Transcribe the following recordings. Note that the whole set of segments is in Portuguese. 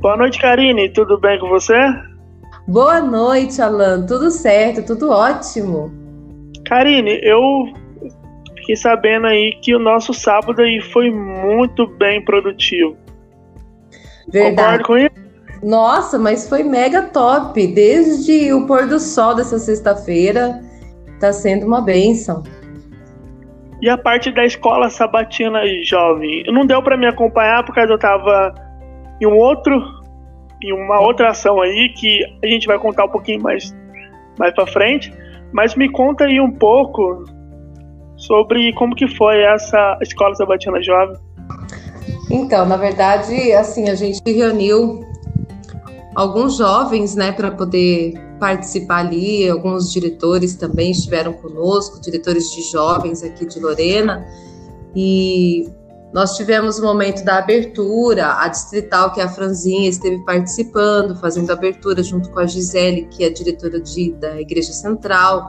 Boa noite, Karine. Tudo bem com você? Boa noite, Alan. Tudo certo, tudo ótimo. Karine, eu fiquei sabendo aí que o nosso sábado aí foi muito bem produtivo. Verdade. Concordo com isso? Nossa, mas foi mega top. Desde o pôr do sol dessa sexta-feira, tá sendo uma bênção. E a parte da escola sabatina jovem? Não deu para me acompanhar porque eu tava em uma outra ação aí que a gente vai contar um pouquinho mais para frente. Mas me conta aí um pouco sobre como que foi essa escola sabatina jovem. Então, na verdade, assim, a gente reuniu alguns jovens, né, para poder participar ali. Alguns diretores também estiveram conosco, diretores de jovens aqui de Lorena, e nós tivemos o momento da abertura. A distrital, que é a Franzinha, esteve participando, fazendo a abertura junto com a Gisele, que é a diretora da Igreja Central,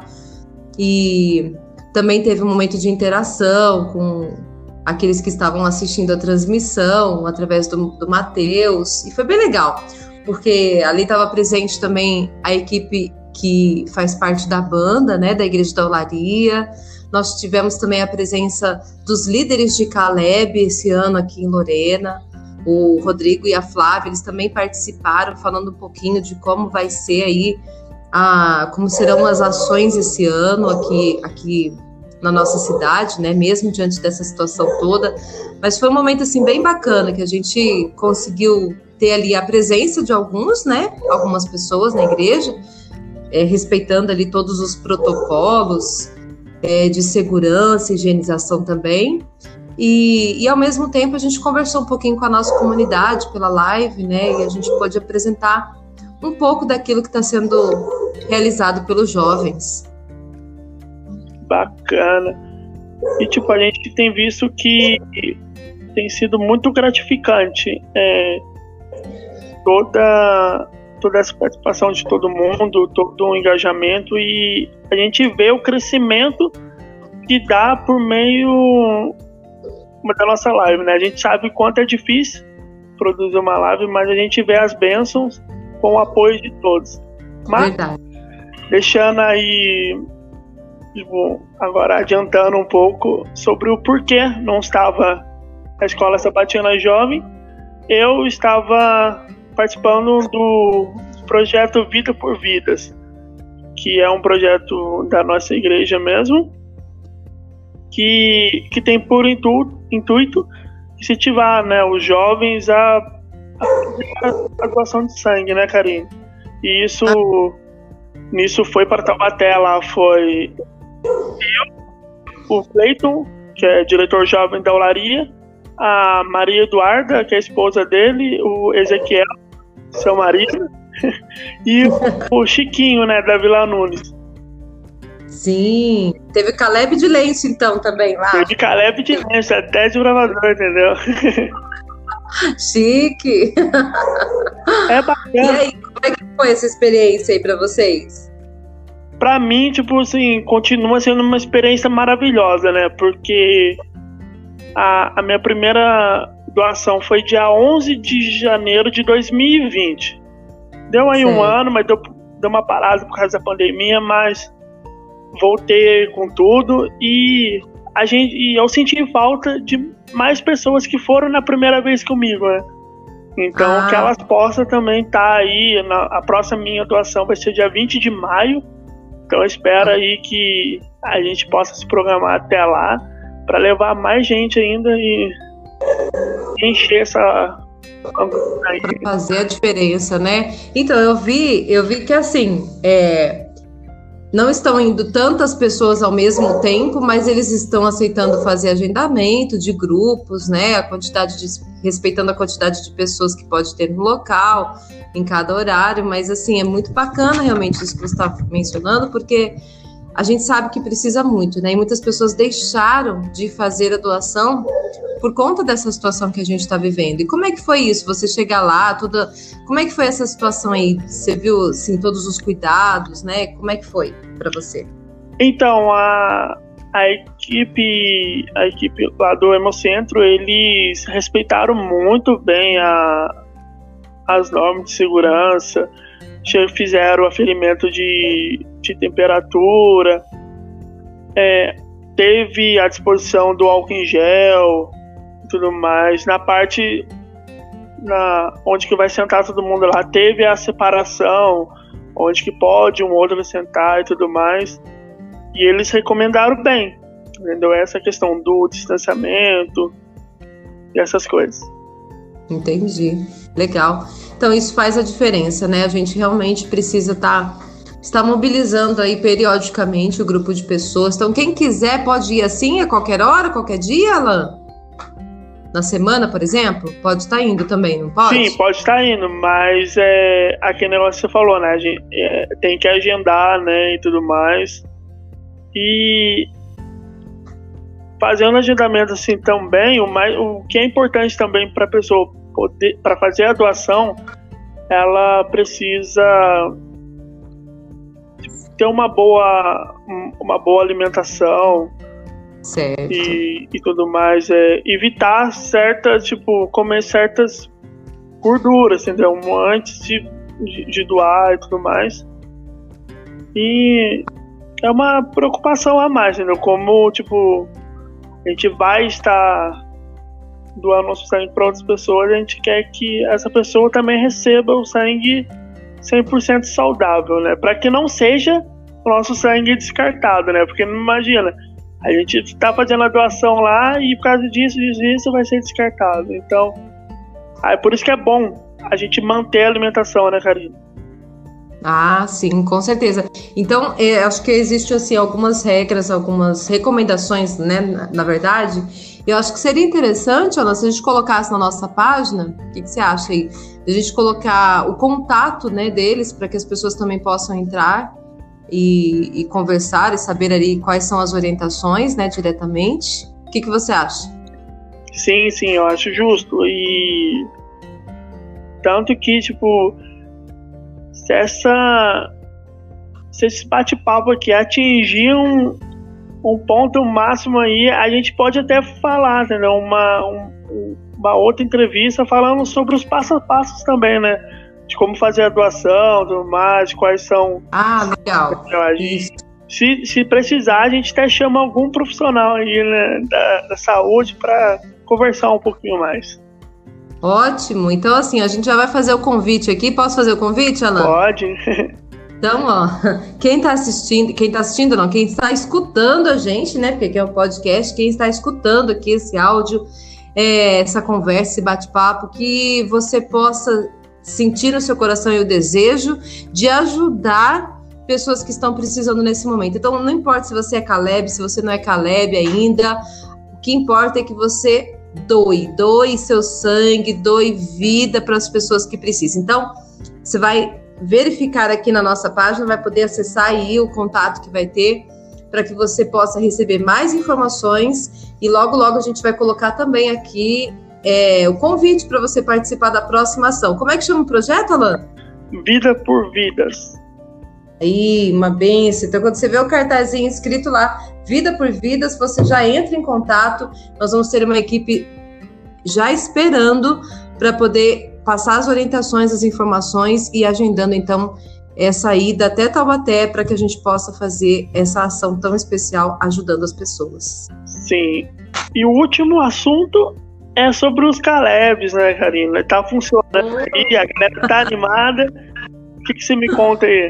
e também teve um momento de interação com aqueles que estavam assistindo a transmissão através do Mateus, e foi bem legal, porque ali estava presente também a equipe que faz parte da banda, né, da Igreja da Olaria. Nós tivemos também a presença dos líderes de Caleb esse ano aqui em Lorena, o Rodrigo e a Flávia. Eles também participaram, falando um pouquinho de como vai ser aí, como serão as ações esse ano aqui na nossa cidade, né, mesmo diante dessa situação toda. Mas foi um momento assim bem bacana, que a gente conseguiu ter ali a presença de algumas pessoas na igreja, respeitando ali todos os protocolos de segurança, higienização também, e ao mesmo tempo a gente conversou um pouquinho com a nossa comunidade pela live, né, e a gente pôde apresentar um pouco daquilo que está sendo realizado pelos jovens. Bacana. E a gente tem visto que tem sido muito gratificante toda essa participação de todo mundo, todo o engajamento, e a gente vê o crescimento que dá por meio da nossa live, né? A gente sabe o quanto é difícil produzir uma live, mas a gente vê as bênçãos com o apoio de todos. Mas, verdade. Deixando aí, agora adiantando um pouco sobre o porquê não estava na Escola Sabatina Jovem, eu estava participando do projeto Vida por Vidas, que é um projeto da nossa igreja mesmo, que tem por intuito incentivar, né, os jovens a doação de sangue, né, Karine? E nisso foi para Taubaté. Lá foi eu, o Cleiton, que é diretor jovem da Olaria, a Maria Eduarda, que é a esposa dele, o Ezequiel, seu marido, e o Chiquinho, né, da Vila Nunes. Sim, teve Caleb de Lenço então também lá. Teve Caleb de Lenço, até de bravador, entendeu? Chique! É bacana. E aí, como é que foi essa experiência aí pra vocês? Pra mim, continua sendo uma experiência maravilhosa, né? Porque a minha primeira doação foi dia 11 de janeiro de 2020. Deu aí um ano, mas deu uma parada por causa da pandemia, mas voltei com tudo, e eu senti falta de mais pessoas que foram na primeira vez comigo, né? Então, que elas possam também estar aí. A próxima minha doação vai ser dia 20 de maio. Então, eu espero aí que a gente possa se programar até lá para levar mais gente ainda e encher essa... Para fazer a diferença, né? Então, eu vi que assim, não estão indo tantas pessoas ao mesmo tempo, mas eles estão aceitando fazer agendamento de grupos, né? Respeitando a quantidade de pessoas que pode ter no local, em cada horário. Mas assim, é muito bacana realmente isso que você está mencionando, porque a gente sabe que precisa muito, né? E muitas pessoas deixaram de fazer a doação por conta dessa situação que a gente está vivendo. E como é que foi isso? Você chegar lá, como é que foi essa situação aí? Você viu, assim, todos os cuidados, né? Como é que foi para você? Então, a equipe lá do Hemocentro, eles respeitaram muito bem as normas de segurança, fizeram aferimento de temperatura, teve a disposição do álcool em gel e tudo mais. Na parte onde que vai sentar todo mundo lá, teve a separação, onde que pode um outro sentar e tudo mais. E eles recomendaram bem, entendeu? Essa questão do distanciamento e essas coisas. Entendi. Legal. Então isso faz a diferença, né? A gente realmente precisa estar mobilizando aí periodicamente o grupo de pessoas. Então quem quiser pode ir assim a qualquer hora, qualquer dia, Alan? Na semana, por exemplo? Pode estar indo também, não pode? Sim, pode estar indo, mas aquele negócio que você falou, né? A gente tem que agendar, né, e tudo mais. E fazendo agendamento assim também, o que é importante também para a pessoa poder, para fazer a doação, ela precisa ter uma boa alimentação. Certo. E tudo mais, evitar comer certas gorduras, entendeu? Antes de doar e tudo mais. E é uma preocupação a mais, entendeu? Como, a gente vai estar doando nosso sangue para outras pessoas, a gente quer que essa pessoa também receba o sangue 100% saudável, né? Para que não seja o nosso sangue descartado, né? Porque não imagina, a gente está fazendo a doação lá e por causa disso vai ser descartado. Então, por isso que é bom a gente manter a alimentação, né, Karina? Ah, sim, com certeza. Então, acho que existem assim, algumas regras, algumas recomendações, né, na verdade. Eu acho que seria interessante, Ana, se a gente colocasse na nossa página, o que você acha aí? A gente colocar o contato, né, deles, para que as pessoas também possam entrar e conversar e saber ali quais são as orientações, né, diretamente. O que você acha? Sim, eu acho justo. E tanto que, se esse bate-papo aqui atingir um ponto máximo aí, a gente pode até falar, entendeu? Uma outra entrevista falando sobre os passos a passos também, né? De como fazer a doação, tudo mais, quais são... Ah, legal. Se precisar, a gente até chama algum profissional aí, né, da saúde para conversar um pouquinho mais. Ótimo. Então, assim, a gente já vai fazer o convite aqui. Posso fazer o convite, Alan? Pode. Então, quem está escutando a gente, né? Porque aqui é um podcast, quem está escutando aqui esse áudio, essa conversa, esse bate-papo, que você possa sentir no seu coração o desejo de ajudar pessoas que estão precisando nesse momento. Então, não importa se você é Caleb, se você não é Caleb ainda, o que importa é que você doe seu sangue, doe vida para as pessoas que precisam. Então, você vai verificar aqui na nossa página, vai poder acessar aí o contato que vai ter para que você possa receber mais informações e logo a gente vai colocar também aqui o convite para você participar da próxima ação. Como é que chama o projeto, Alan? Vida por Vidas. Aí, uma benção. Então, quando você vê o cartazinho escrito lá, Vida por Vidas, você já entra em contato. Nós vamos ter uma equipe já esperando para poder passar as orientações, as informações e agendando, então, essa ida até Taubaté para que a gente possa fazer essa ação tão especial ajudando as pessoas. Sim. E o último assunto é sobre os Calebs, né, Karina? Tá funcionando aí, a galera tá animada. O que você me conta aí?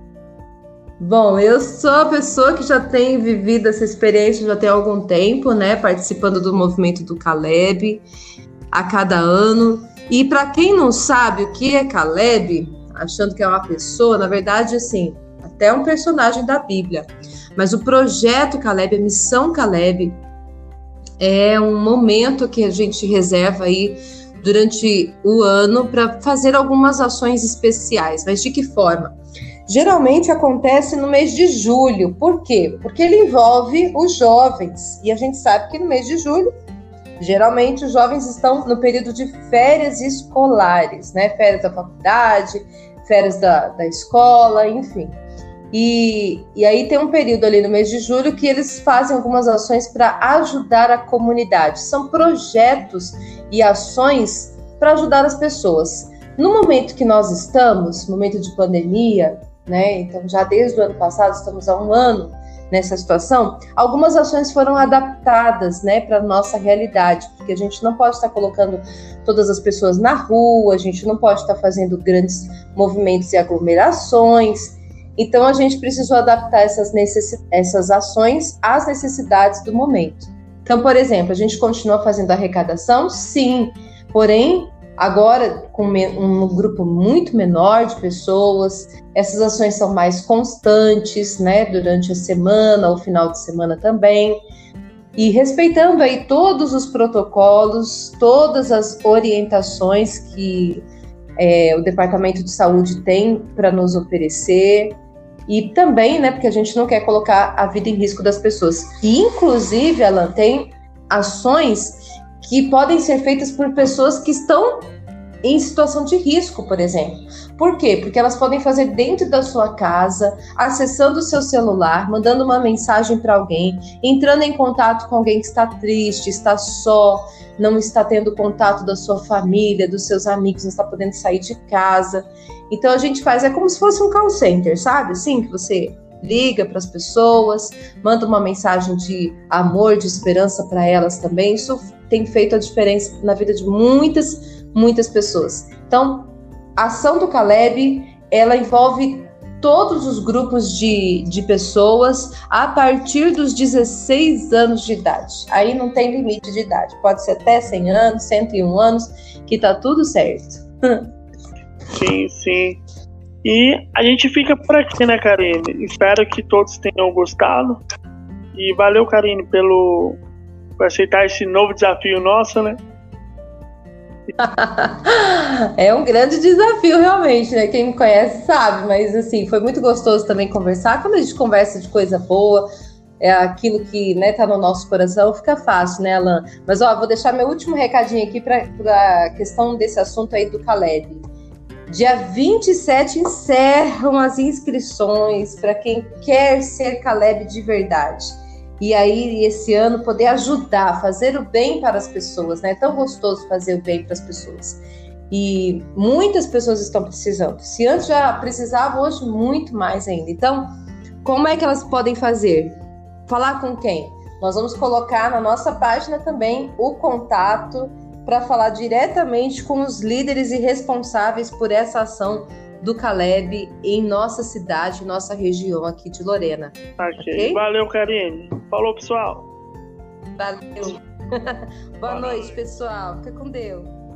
Bom, eu sou a pessoa que já tem vivido essa experiência já tem algum tempo, né, participando do movimento do Caleb a cada ano. E para quem não sabe o que é Caleb, achando que é uma pessoa, na verdade, assim, até um personagem da Bíblia. Mas o projeto Caleb, a missão Caleb, é um momento que a gente reserva aí durante o ano para fazer algumas ações especiais. Mas de que forma? Geralmente acontece no mês de julho. Por quê? Porque ele envolve os jovens. E a gente sabe que no mês de julho, geralmente os jovens estão no período de férias escolares, né? Férias da faculdade, férias da escola, enfim. E aí tem um período ali no mês de julho que eles fazem algumas ações para ajudar a comunidade. São projetos e ações para ajudar as pessoas. No momento que nós estamos, momento de pandemia, né? Então, já desde o ano passado, estamos há um ano nessa situação, algumas ações foram adaptadas, né, para a nossa realidade, porque a gente não pode estar colocando todas as pessoas na rua, a gente não pode estar fazendo grandes movimentos e aglomerações, então a gente precisou adaptar essas ações às necessidades do momento. Então, por exemplo, a gente continua fazendo arrecadação? Sim, porém, agora com um grupo muito menor de pessoas, essas ações são mais constantes, né, durante a semana, ou final de semana também, e respeitando aí todos os protocolos, todas as orientações que o Departamento de Saúde tem para nos oferecer, e também, né, porque a gente não quer colocar a vida em risco das pessoas. E, inclusive, Alan, tem ações que podem ser feitas por pessoas que estão em situação de risco, por exemplo. Por quê? Porque elas podem fazer dentro da sua casa, acessando o seu celular, mandando uma mensagem para alguém, entrando em contato com alguém que está triste, está só, não está tendo contato da sua família, dos seus amigos, não está podendo sair de casa. Então a gente faz, é como se fosse um call center, sabe? Assim, que você liga para as pessoas, manda uma mensagem de amor, de esperança para elas também. Isso tem feito a diferença na vida de muitas pessoas. Então, a ação do Caleb, ela envolve todos os grupos de pessoas a partir dos 16 anos de idade. Aí não tem limite de idade. Pode ser até 100 anos, 101 anos, que tá tudo certo. Sim, sim. E a gente fica por aqui, né, Karine? Espero que todos tenham gostado. E valeu, Karine, por aceitar esse novo desafio nosso, né? É um grande desafio, realmente, né? Quem me conhece sabe, mas assim, foi muito gostoso também conversar. Quando a gente conversa de coisa boa, é aquilo que, né, tá no nosso coração, fica fácil, né, Alan? Mas ó, vou deixar meu último recadinho aqui para a questão desse assunto aí do Caleb. Dia 27 encerram as inscrições para quem quer ser Caleb de verdade. E aí, esse ano, poder ajudar, fazer o bem para as pessoas, né? É tão gostoso fazer o bem para as pessoas. E muitas pessoas estão precisando. Se antes já precisava, hoje muito mais ainda. Então, como é que elas podem fazer? Falar com quem? Nós vamos colocar na nossa página também o contato para falar diretamente com os líderes e responsáveis por essa ação do Caleb em nossa cidade, nossa região aqui de Lorena. Okay? Valeu, Karine. Falou, pessoal. Valeu. Boa noite, pessoal. Fica com Deus.